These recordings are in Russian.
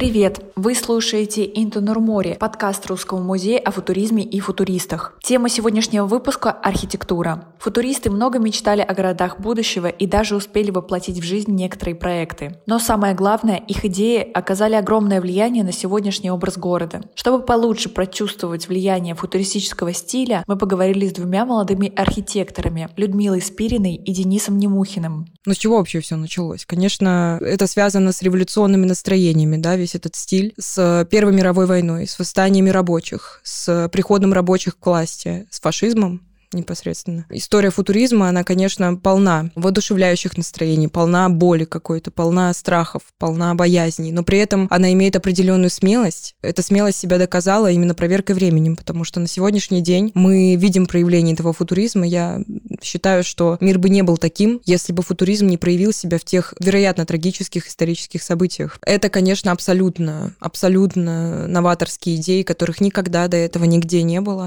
Привет! Вы слушаете «Into Nurmori», подкаст Русского музея о футуризме и футуристах. Тема сегодняшнего выпуска – архитектура. Футуристы много мечтали о городах будущего и даже успели воплотить в жизнь некоторые проекты. Но самое главное, их идеи оказали огромное влияние на сегодняшний образ города. Чтобы получше прочувствовать влияние футуристического стиля, мы поговорили с двумя молодыми архитекторами – Людмилой Спириной и Денисом Немухиным. С чего вообще все началось? Конечно, это связано с революционными настроениями, да, весь этот стиль, с Первой мировой войной, с восстаниями рабочих, с приходом рабочих к власти, с фашизмом непосредственно. История футуризма, она, конечно, полна воодушевляющих настроений, полна боли какой-то, полна страхов, полна боязней, но при этом она имеет определенную смелость. Эта смелость себя доказала именно проверкой временем, потому что на сегодняшний день мы видим проявление этого футуризма. Я считаю, что мир бы не был таким, если бы футуризм не проявил себя в тех, вероятно, трагических исторических событиях. Это, конечно, абсолютно новаторские идеи, которых никогда до этого нигде не было.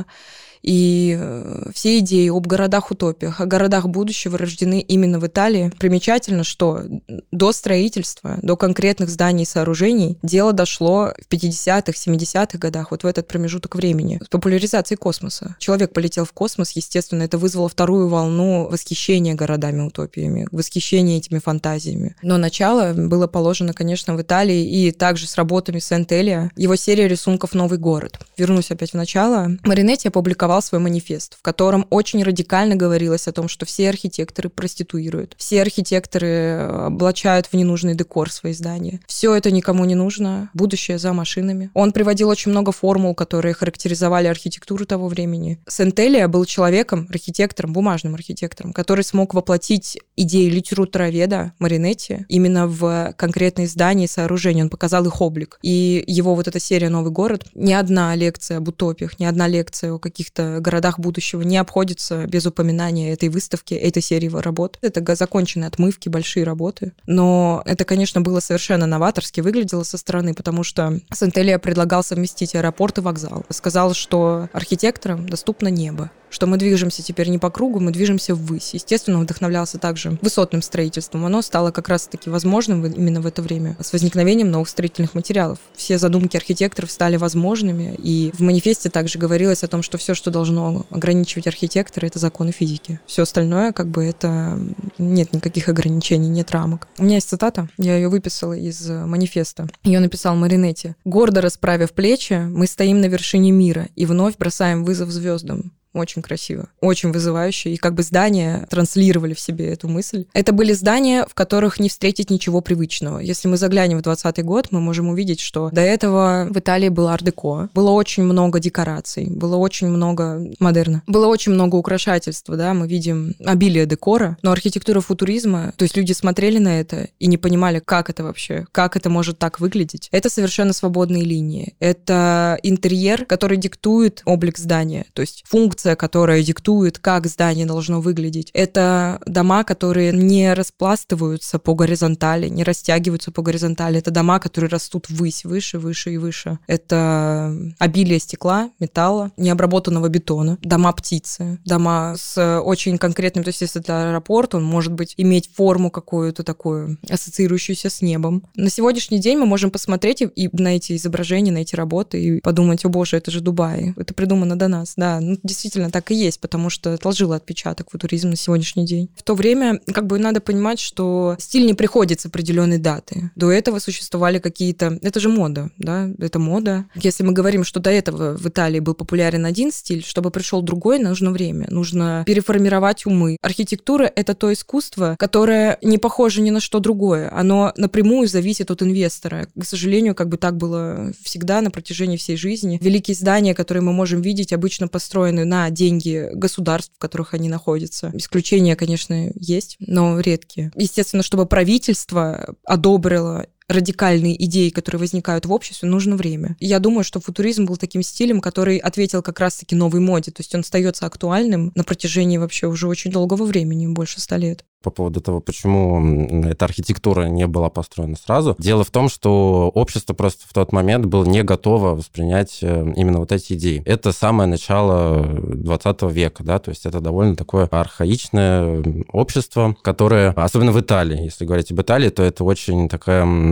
И все идеи об городах-утопиях, о городах будущего рождены именно в Италии. Примечательно, что до строительства, до конкретных зданий и сооружений дело дошло в 50-х, 70-х годах, вот в этот промежуток времени, с популяризацией космоса. Человек полетел в космос, естественно, это вызвало вторую волну восхищения городами-утопиями, восхищения этими фантазиями. Но начало было положено, конечно, в Италии и также с работами Сент-Элиа, его серия рисунков «Новый город». Вернусь опять в начало. Маринетти опубликовал свой манифест, в котором очень радикально говорилось о том, что все архитекторы проституируют, все архитекторы облачают в ненужный декор свои здания. Все это никому не нужно, будущее за машинами. Он приводил очень много формул, которые характеризовали архитектуру того времени. Сент-Элиа был человеком, архитектором, бумажным архитектором, который смог воплотить идеи литературоведа Маринетти именно в конкретные здания и сооружения. Он показал их облик. И его вот эта серия «Новый город», ни одна лекция об утопиях, ни одна лекция о каких-то городах будущего не обходится без упоминания этой выставки, этой серии работ. Это законченные отмывки, большие работы. Но это, конечно, было совершенно новаторски, выглядело со стороны, потому что Сент-Элиа предлагал совместить аэропорт и вокзал. Сказал, что архитекторам доступно небо, что мы движемся теперь не по кругу, мы движемся ввысь. Естественно, он вдохновлялся также высотным строительством. Оно стало как раз-таки возможным именно в это время с возникновением новых строительных материалов. Все задумки архитекторов стали возможными, и в манифесте также говорилось о том, что все, что должно ограничивать архитектора, это законы физики. Все остальное, это нет никаких ограничений, нет рамок. У меня есть цитата, я ее выписала из манифеста. Ее написал Маринетти. «Гордо расправив плечи, мы стоим на вершине мира и вновь бросаем вызов звездам». Очень красиво, очень вызывающе. И здания транслировали в себе эту мысль. Это были здания, в которых не встретить ничего привычного. Если мы заглянем в 2020 год, мы можем увидеть, что до этого в Италии было ар-деко. Было очень много декораций, было очень много модерна. Было очень много украшательства, да, мы видим обилие декора, но архитектура футуризма, то есть люди смотрели на это и не понимали, как это вообще, как это может так выглядеть. Это совершенно свободные линии. Это интерьер, который диктует облик здания, то есть функция, которая диктует, как здание должно выглядеть. Это дома, которые не распластываются по горизонтали, не растягиваются по горизонтали. Это дома, которые растут ввысь, выше, выше и выше. Это обилие стекла, металла, необработанного бетона, дома-птицы, дома с очень конкретным, то есть если это аэропорт, он может иметь форму какую-то такую, ассоциирующуюся с небом. На сегодняшний день мы можем посмотреть и на эти изображения, на эти работы и подумать: о боже, это же Дубай, это придумано до нас. Да, действительно так и есть, потому что отложила отпечаток футуризм на сегодняшний день. В то время надо понимать, что стиль не приходит с определенной даты. До этого существовали какие-то... Это же мода, да? Это мода. Если мы говорим, что до этого в Италии был популярен один стиль, чтобы пришел другой, нужно время. Нужно переформировать умы. Архитектура — это то искусство, которое не похоже ни на что другое. Оно напрямую зависит от инвестора. К сожалению, так было всегда на протяжении всей жизни. Великие здания, которые мы можем видеть, обычно построены на деньги государств, в которых они находятся. Исключения, конечно, есть, но редкие. Естественно, чтобы правительство одобрило радикальные идеи, которые возникают в обществе, нужно время. И я думаю, что футуризм был таким стилем, который ответил как раз-таки новой моде. То есть он остается актуальным на протяжении вообще уже очень долгого времени, больше 100 лет. По поводу того, почему эта архитектура не была построена сразу. Дело в том, что общество просто в тот момент было не готово воспринять именно вот эти идеи. Это самое начало 20 века, да, то есть это довольно такое архаичное общество, которое, особенно в Италии, если говорить об Италии, то это очень такая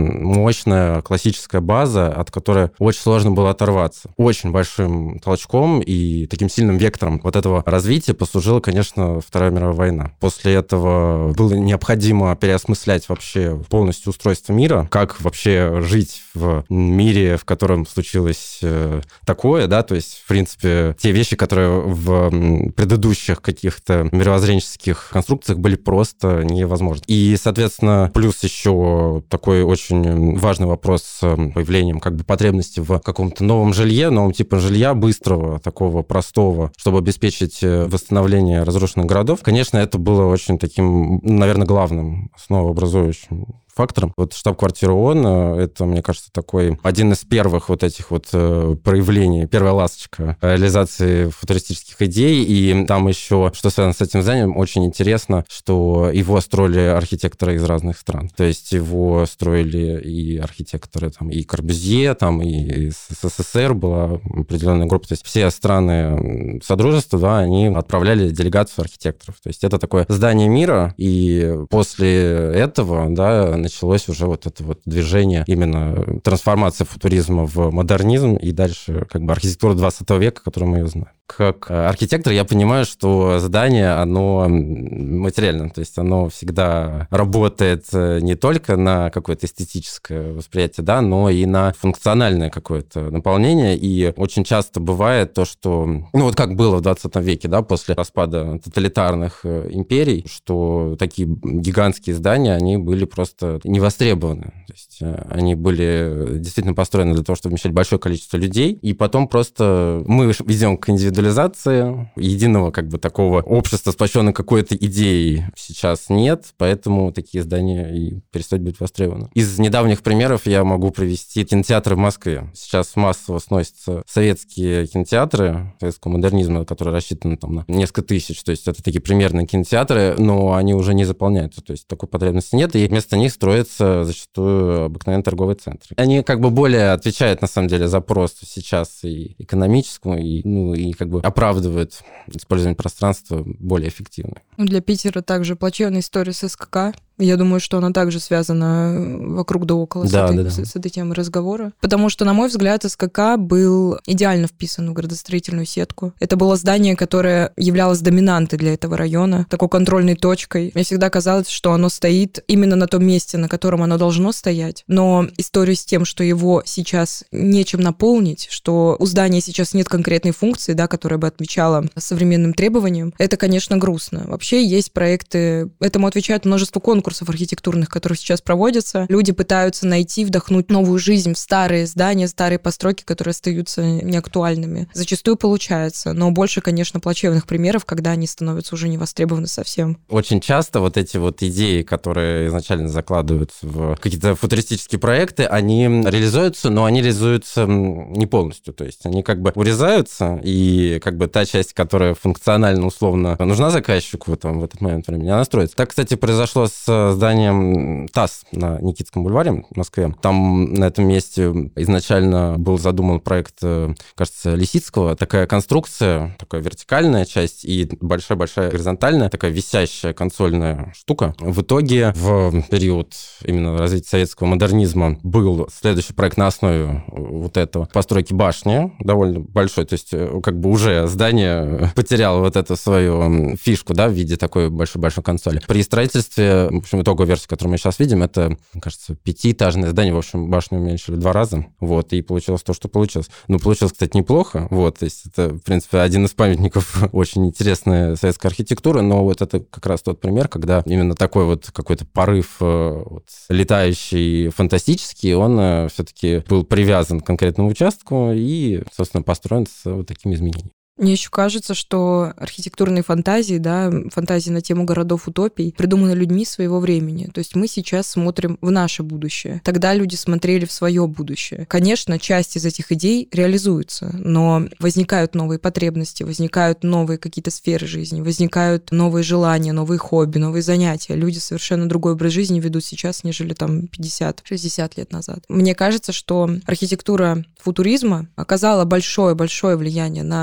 мощная классическая база, от которой очень сложно было оторваться. Очень большим толчком и таким сильным вектором вот этого развития послужила, конечно, Вторая мировая война. После этого было необходимо переосмыслять вообще полностью устройство мира, как вообще жить в мире, в котором случилось такое, да, то есть, в принципе, те вещи, которые в предыдущих каких-то мировоззренческих конструкциях были просто невозможны. И, соответственно, плюс еще такой очень важный вопрос с появлением как бы потребности в каком-то новом жилье, новом типе жилья, быстрого, такого простого, чтобы обеспечить восстановление разрушенных городов. Конечно, это было очень таким, наверное, главным основообразующим фактором. Вот штаб-квартира ООН, это, мне кажется, такой один из первых вот этих вот проявлений, первая ласточка реализации футуристических идей. И там еще, что связано с этим зданием, очень интересно, что его строили архитекторы из разных стран. То есть его строили и архитекторы, там, и Корбюзье, там, и СССР была определенная группа. То есть все страны Содружества, да, они отправляли делегацию архитекторов. То есть это такое здание мира, и после этого, да, началось уже вот это вот движение, именно трансформация футуризма в модернизм и дальше как бы архитектура 20 века, которую мы ее знаем. Как архитектор я понимаю, что здание, оно материально, то есть оно всегда работает не только на какое-то эстетическое восприятие, да, но и на функциональное какое-то наполнение. И очень часто бывает то, что, ну вот как было в 20 веке, да, после распада тоталитарных империй, что такие гигантские здания, они были просто невостребованы. То есть они были действительно построены для того, чтобы вмещать большое количество людей, и потом просто мы идем к индивидуализации, единого как бы такого общества, сплоченного какой-то идеей, сейчас нет, поэтому такие здания и перестают быть востребованы. Из недавних примеров я могу привести кинотеатры в Москве. Сейчас массово сносятся советские кинотеатры советского модернизма, которые рассчитаны там на несколько тысяч, то есть это такие примерные кинотеатры, но они уже не заполняются, то есть такой потребности нет, и вместо них строятся зачастую обыкновенные торговые центры. Они как бы более отвечают, на самом деле, запросу сейчас и экономическому, и, ну, и как бы оправдывают использование пространства более эффективно. Для Питера также плачевная история с СКК. Я думаю, что она также связана вокруг да около с этой темой разговора. Потому что, на мой взгляд, СКК был идеально вписан в градостроительную сетку. Это было здание, которое являлось доминантой для этого района, такой контрольной точкой. Мне всегда казалось, что оно стоит именно на том месте, на котором оно должно стоять. Но история с тем, что его сейчас нечем наполнить, что у здания сейчас нет конкретной функции, да, которая бы отвечала современным требованиям, это, конечно, грустно. Вообще есть проекты, этому отвечают множество конкурсов архитектурных, которые сейчас проводятся. Люди пытаются найти, вдохнуть новую жизнь в старые здания, старые постройки, которые остаются неактуальными. Зачастую получается, но больше, конечно, плачевных примеров, когда они становятся уже не востребованы совсем. Очень часто вот эти вот идеи, которые изначально закладываются в какие-то футуристические проекты, они реализуются, но они реализуются не полностью. То есть они как бы урезаются, и как бы та часть, которая функционально, условно, нужна заказчику в этот момент времени, она строится. Так, кстати, произошло с зданием ТАСС на Никитском бульваре в Москве. Там на этом месте изначально был задуман проект, кажется, Лисицкого. Такая конструкция, такая вертикальная часть и большая-большая горизонтальная, такая висящая консольная штука. В итоге в период именно развития советского модернизма был следующий проект на основе вот этого постройки башни, довольно большой, то есть как бы уже здание потеряло вот эту свою фишку, да, в виде такой большой-большой консоли. При строительстве, в общем, итоговая версия, которую мы сейчас видим, это, мне кажется, 5-этажное здание, в общем, башню уменьшили 2 раза, вот, и получилось то, что получилось. Ну, получилось, кстати, неплохо, вот, то есть это, в принципе, один из памятников очень интересной советской архитектуры, но вот это как раз тот пример, когда именно такой вот какой-то порыв вот, летающий, фантастический, он все-таки был привязан к конкретному участку и, собственно, построен с вот такими изменениями. Мне еще кажется, что архитектурные фантазии, да, фантазии на тему городов-утопий придуманы людьми своего времени. То есть мы сейчас смотрим в наше будущее. Тогда люди смотрели в свое будущее. Конечно, часть из этих идей реализуется, но возникают новые потребности, возникают новые какие-то сферы жизни, возникают новые желания, новые хобби, новые занятия. Люди совершенно другой образ жизни ведут сейчас, нежели там 50-60 лет назад. Мне кажется, что архитектура футуризма оказала большое-большое влияние на становление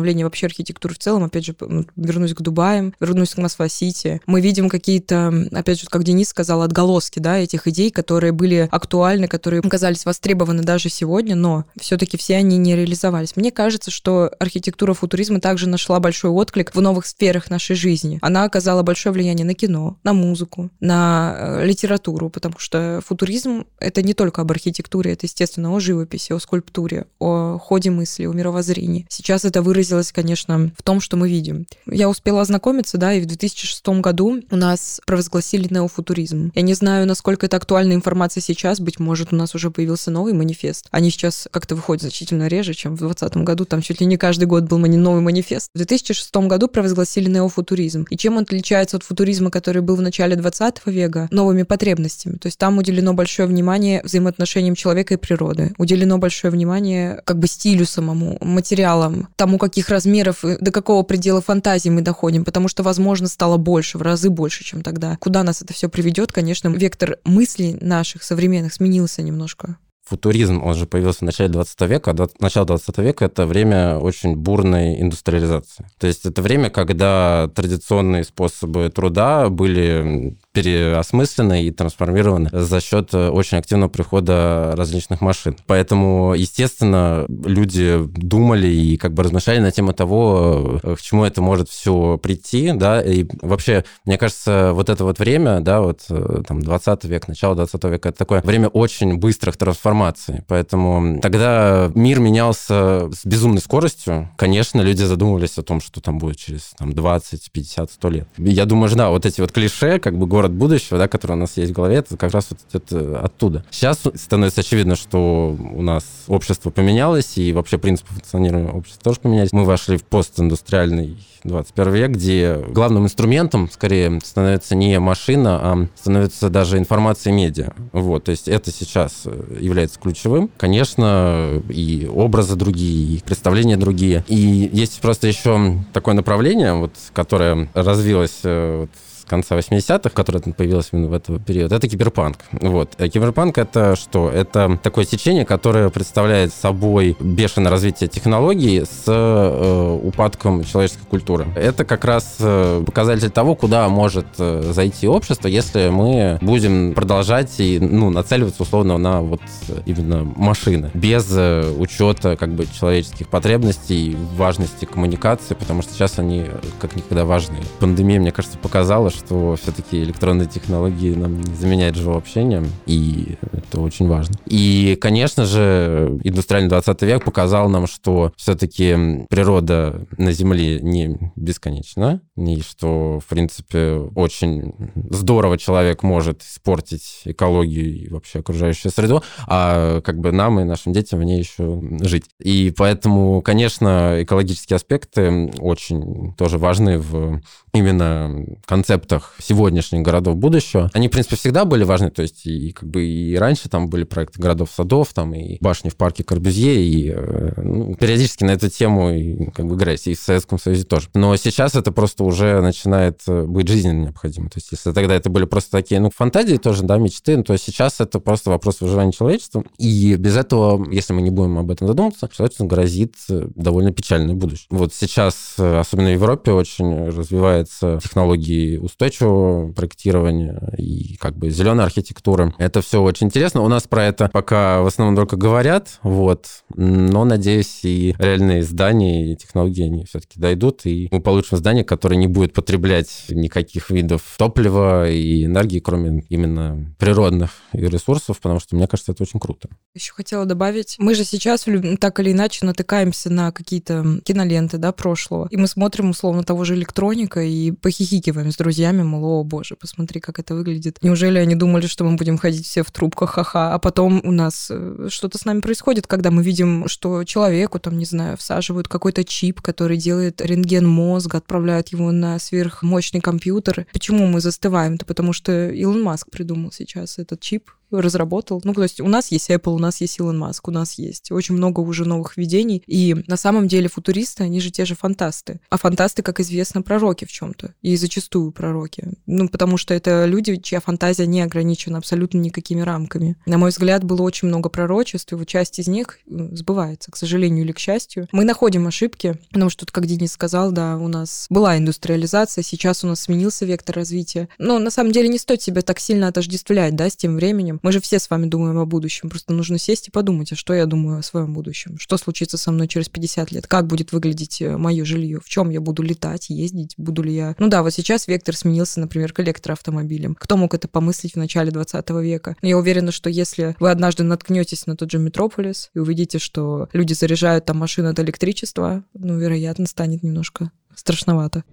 становления вообще архитектуры в целом. Опять же, вернусь к Дубаям, вернусь к Москва-Сити. Мы видим какие-то, опять же, как Денис сказал, отголоски, да, этих идей, которые были актуальны, которые оказались востребованы даже сегодня, но все-таки все они не реализовались. Мне кажется, что архитектура футуризма также нашла большой отклик в новых сферах нашей жизни. Она оказала большое влияние на кино, на музыку, на литературу, потому что футуризм — это не только об архитектуре, это, естественно, о живописи, о скульптуре, о ходе мысли, о мировоззрении. Сейчас это выразилось, конечно, в том, что мы видим. Я успела ознакомиться, да, и в 2006 году у нас провозгласили неофутуризм. Я не знаю, насколько это актуальная информация сейчас, быть может, у нас уже появился новый манифест. Они сейчас как-то выходят значительно реже, чем в 2020 году, там чуть ли не каждый год был новый манифест. В 2006 году провозгласили неофутуризм. И чем он отличается от футуризма, который был в начале 20 века? Новыми потребностями. То есть там уделено большое внимание взаимоотношениям человека и природы. Уделено большое внимание как бы стилю самому, материалам, тому, каких размеров, до какого предела фантазии мы доходим, потому что, возможно, стало больше, в разы больше, чем тогда. Куда нас это все приведет, конечно, вектор мыслей наших современных сменился немножко. Футуризм, он же появился в начале 20 века, а начало 20 века – это время очень бурной индустриализации. То есть это время, когда традиционные способы труда были переосмыслены и трансформированы за счет очень активного прихода различных машин. Поэтому, естественно, люди думали и как бы размышляли на тему того, к чему это может все прийти, да, и вообще, мне кажется, вот это вот время, да, вот там 20 век, начало 20 века, это такое время очень быстрых трансформаций, поэтому тогда мир менялся с безумной скоростью. Конечно, люди задумывались о том, что там будет через там, 20, 50, 100 лет. Я думаю, что да, вот эти вот клише, как бы город будущего, да, который у нас есть в голове, это как раз вот идет оттуда. Сейчас становится очевидно, что у нас общество поменялось, и вообще принципы функционирования общества тоже поменялись. Мы вошли в постиндустриальный 21 век, где главным инструментом, скорее, становится не машина, а становится даже информация и медиа. Вот, то есть это сейчас является ключевым. Конечно, и образы другие, и представления другие. И есть просто еще такое направление, вот, которое развилось вот, с конца 80-х, которое появилось именно в этот период, это киберпанк. Вот. А киберпанк — это что? Это такое течение, которое представляет собой бешеное развитие технологий с упадком человеческой культуры. Это как раз показатель того, куда может зайти общество, если мы будем продолжать и нацеливаться условно на вот именно машины, без учета как бы человеческих потребностей, важности коммуникации, потому что сейчас они как никогда важны. Пандемия, мне кажется, показала, что все-таки электронные технологии нам не заменяют живого общения, и это очень важно. И, конечно же, индустриальный 20 век показал нам, что все-таки природа на Земле не бесконечна, и что, в принципе, очень здорово человек может испортить экологию и вообще окружающую среду, а как бы нам и нашим детям в ней еще жить. И поэтому, конечно, экологические аспекты очень тоже важны в именно концептах сегодняшних городов будущего. Они, в принципе, всегда были важны, то есть и как бы и раньше там были проекты городов-садов, там и башни в парке Корбюзье, и периодически на эту тему и, как бы играть, и в Советском Союзе тоже. Но сейчас это просто уже начинает быть жизненно необходимо. То есть если тогда это были просто такие, фантазии тоже, да, мечты, то сейчас это просто вопрос выживания человечества. И без этого, если мы не будем об этом задумываться, человечеству грозит довольно печальное будущее. Вот сейчас, особенно в Европе, очень развивается технологии устойчивого проектирования и как бы зеленой архитектуры. Это все очень интересно. У нас про это пока в основном только говорят, вот. Но, надеюсь, и реальные здания и технологии, они все-таки дойдут, и мы получим здание, которое не будет потреблять никаких видов топлива и энергии, кроме именно природных ресурсов, потому что, мне кажется, это очень круто. Еще хотела добавить, мы же сейчас так или иначе натыкаемся на какие-то киноленты, да, прошлого, и мы смотрим, условно, того же «Электроника» и похихикиваем с друзьями, мол, о боже, посмотри, как это выглядит. Неужели они думали, что мы будем ходить все в трубках, ха-ха, а потом у нас что-то с нами происходит, когда мы видим, что человеку, там, не знаю, всаживают какой-то чип, который делает рентген мозга, отправляют его на сверхмощный компьютер. Почему мы застываем? Это потому что Илон Маск придумал сейчас этот чип, разработал. Ну, то есть у нас есть Apple, у нас есть Илон Маск, у нас есть очень много уже новых введений. И на самом деле футуристы, они же те же фантасты. А фантасты, как известно, пророки в чем-то. И зачастую пророки. Ну, потому что это люди, чья фантазия не ограничена абсолютно никакими рамками. На мой взгляд, было очень много пророчеств, и вот часть из них сбывается, к сожалению или к счастью. Мы находим ошибки, потому что, как Денис сказал, да, у нас была индустриализация, сейчас у нас сменился вектор развития. Но на самом деле не стоит себя так сильно отождествлять, да, с тем временем. Мы же все с вами думаем о будущем, просто нужно сесть и подумать, а что я думаю о своем будущем, что случится со мной через 50 лет, как будет выглядеть мое жилье, в чем я буду летать, ездить, буду ли я... Ну да, вот сейчас вектор сменился, например, к электроавтомобилям. Кто мог это помыслить в начале 20 века? Но я уверена, что если вы однажды наткнетесь на тот же Метрополис и увидите, что люди заряжают там машины от электричества, ну, вероятно, станет немножко страшновато.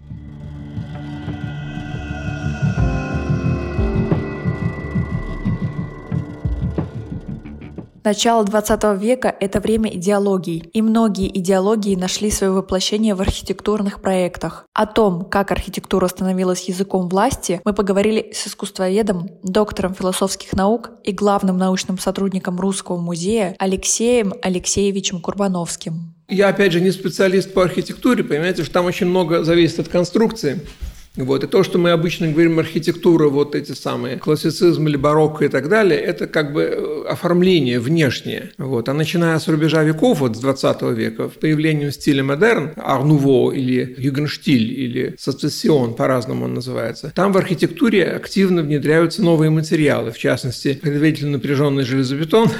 Начало 20 века – это время идеологий, и многие идеологии нашли свое воплощение в архитектурных проектах. О том, как архитектура становилась языком власти, мы поговорили с искусствоведом, доктором философских наук и главным научным сотрудником Русского музея Алексеем Алексеевичем Курбановским. Я, опять же, не специалист по архитектуре, понимаете, что там очень много зависит от конструкции. Вот. И то, что мы обычно говорим архитектура, вот эти самые классицизм или барокко и так далее, это как бы оформление внешнее. Вот. А начиная с рубежа веков, вот с 20 века, в появлении стиля модерн, ар-нуво или югенштиль, или сецессион, по-разному он называется, там в архитектуре активно внедряются новые материалы, в частности, предварительно напряженный железобетон,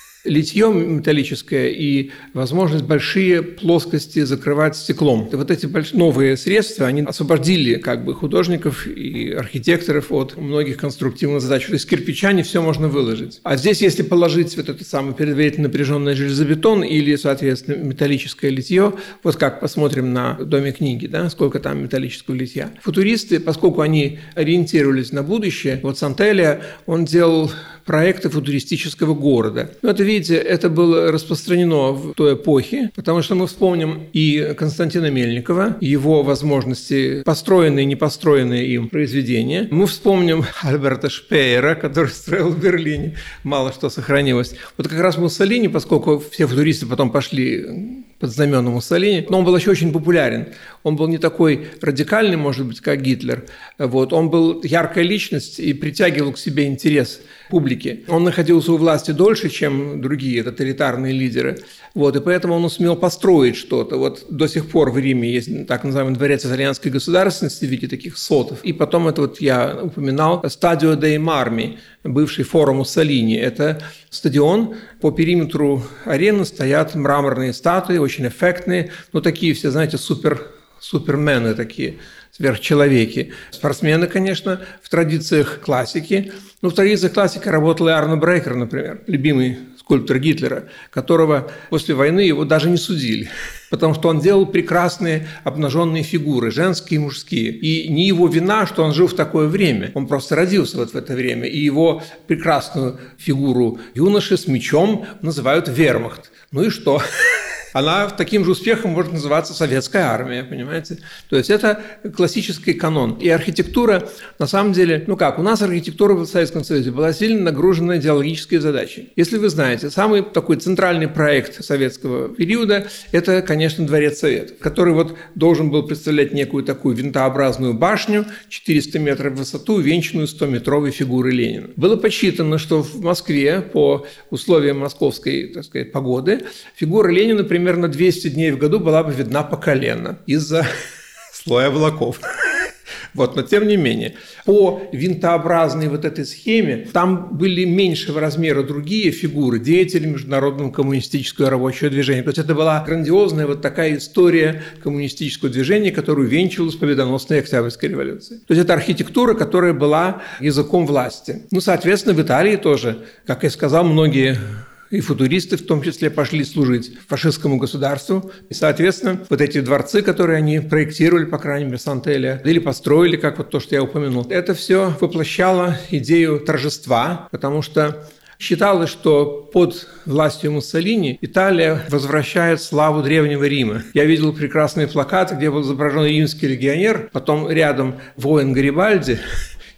литье металлическое и возможность большие плоскости закрывать стеклом. И вот эти новые средства, они освободили как бы художников и архитекторов от многих конструктивных задач. То есть из кирпича не все можно выложить. А здесь, если положить вот этот самый предварительно напряженный железобетон или, соответственно, металлическое литье, вот как посмотрим на Доме книги, да, сколько там металлического литья. Футуристы, поскольку они ориентировались на будущее, вот Сант'Элия, он делал проекты футуристического города. Но это, видите, это было распространено в той эпохе, потому что мы вспомним и Константина Мельникова, его возможности, построенные и не построенные им произведения. Мы вспомним Альберта Шпеера, который строил в Берлине. Мало что сохранилось. Вот как раз Муссолини, поскольку все футуристы потом пошли под знаменом Муссолини, но он был еще очень популярен. Он был не такой радикальный, может быть, как Гитлер. Вот. Он был яркая личность и притягивал к себе интерес публики. Он находился у власти дольше, чем другие тоталитарные лидеры. Вот. И поэтому он сумел построить что-то. Вот до сих пор в Риме есть так называемый дворец итальянской государственности в виде таких сотов. И потом это вот я упоминал Стадио дей Марми, бывший форум Муссолини. Это стадион, по периметру арены стоят мраморные статуи, очень эффектные, но такие все, знаете, супермены такие, сверхчеловеки. Спортсмены, конечно, в традициях классики. Но в традициях классики работал и Арно Брейкер, например, любимый скульптор Гитлера, которого после войны его даже не судили, потому что он делал прекрасные обнаженные фигуры, женские и мужские. И не его вина, что он жил в такое время. Он просто родился вот в это время. И его прекрасную фигуру юноши с мечом называют вермахт. Ну и что? Она таким же успехом может называться советская армия, понимаете? То есть это классический канон. И архитектура, на самом деле, у нас архитектура в Советском Союзе была сильно нагружена идеологической задачей. Если вы знаете, самый такой центральный проект советского периода – это, конечно, Дворец Советов, который вот должен был представлять некую такую винтообразную башню, 400 метров в высоту, венчанную 100-метровой фигурой Ленина. Было подсчитано, что в Москве по условиям московской, так сказать, погоды фигура Ленина примерно 200 дней в году была бы видна по колено из-за слоя облаков. Вот, но тем не менее, по винтообразной вот этой схеме там были меньшего размера другие фигуры деятелей Международного коммунистического рабочего движения. То есть это была грандиозная вот такая история коммунистического движения, которую венчалась победоносной Октябрьской революцией. То есть это архитектура, которая была языком власти. Ну, соответственно, в Италии тоже, как я сказал, многие и футуристы в том числе пошли служить фашистскому государству. И, соответственно, вот эти дворцы, которые они проектировали, по крайней мере, Сант'Элия, или построили, как вот то, что я упомянул, это все воплощало идею торжества, потому что считалось, что под властью Муссолини Италия возвращает славу Древнего Рима. Я видел прекрасные плакаты, где был изображен римский легионер, потом рядом воин Гарибальди,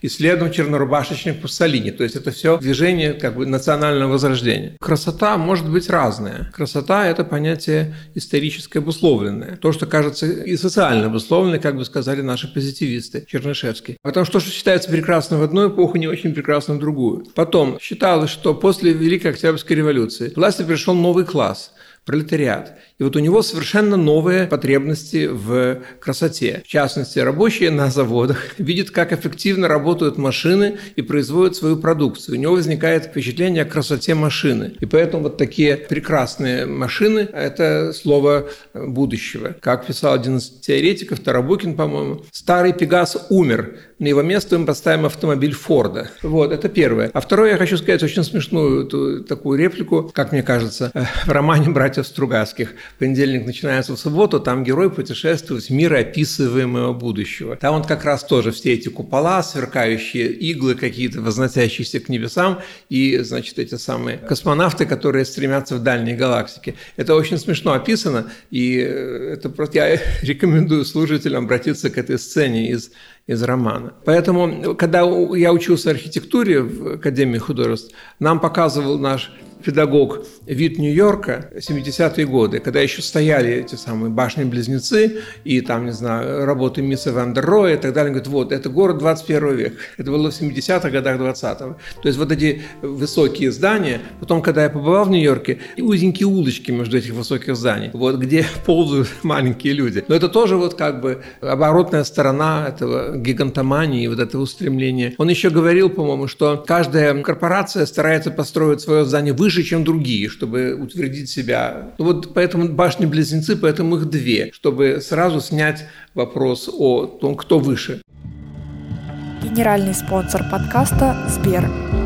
и следом чернорубашечник Пассолини. То есть это все движение как бы национального возрождения. Красота может быть разная. Красота – это понятие исторически обусловленное. То, что кажется и социально обусловленное, как бы сказали наши позитивисты, Чернышевский. Потому что то, что считается прекрасным в одну эпоху, не очень прекрасным в другую. Потом считалось, что после Великой Октябрьской революции к власти пришел новый класс – пролетариат. И вот у него совершенно новые потребности в красоте. В частности, рабочие на заводах видят, как эффективно работают машины и производят свою продукцию. У него возникает впечатление о красоте машины. И поэтому вот такие прекрасные машины – это слово будущего. Как писал один из теоретиков, Тарабукин, по-моему, старый Пегас умер. На его место мы поставим автомобиль Форда. Вот, это первое. А второе, я хочу сказать очень смешную такую реплику, как мне кажется, в романе «Братьев Стругацких». Понедельник начинается в субботу, там герой путешествует в мир описываемого будущего. Там вот как раз тоже все эти купола, сверкающие иглы какие-то, возносящиеся к небесам, и, значит, эти самые космонавты, которые стремятся в дальние галактики. Это очень смешно описано, и это просто я рекомендую слушателям обратиться к этой сцене из романа. Поэтому, когда я учился архитектуре в Академии художеств, нам показывал наш педагог вид Нью-Йорка 70-е годы, когда еще стояли эти самые башни-близнецы и там, не знаю, работы мисса Ван дер Роя и так далее. Он говорит, вот, это город 21 века. Это было в 70-х годах 20-го. То есть вот эти высокие здания. Потом, когда я побывал в Нью-Йорке, и узенькие улочки между этих высоких зданий, вот, где ползают маленькие люди. Но это тоже вот как бы оборотная сторона этого гигантомании, вот этого устремления. Он еще говорил, по-моему, что каждая корпорация старается построить свое здание выше, чем другие, чтобы утвердить себя. Ну вот поэтому башни-близнецы, поэтому их две, чтобы сразу снять вопрос о том, кто выше. Генеральный спонсор подкаста – Сбер.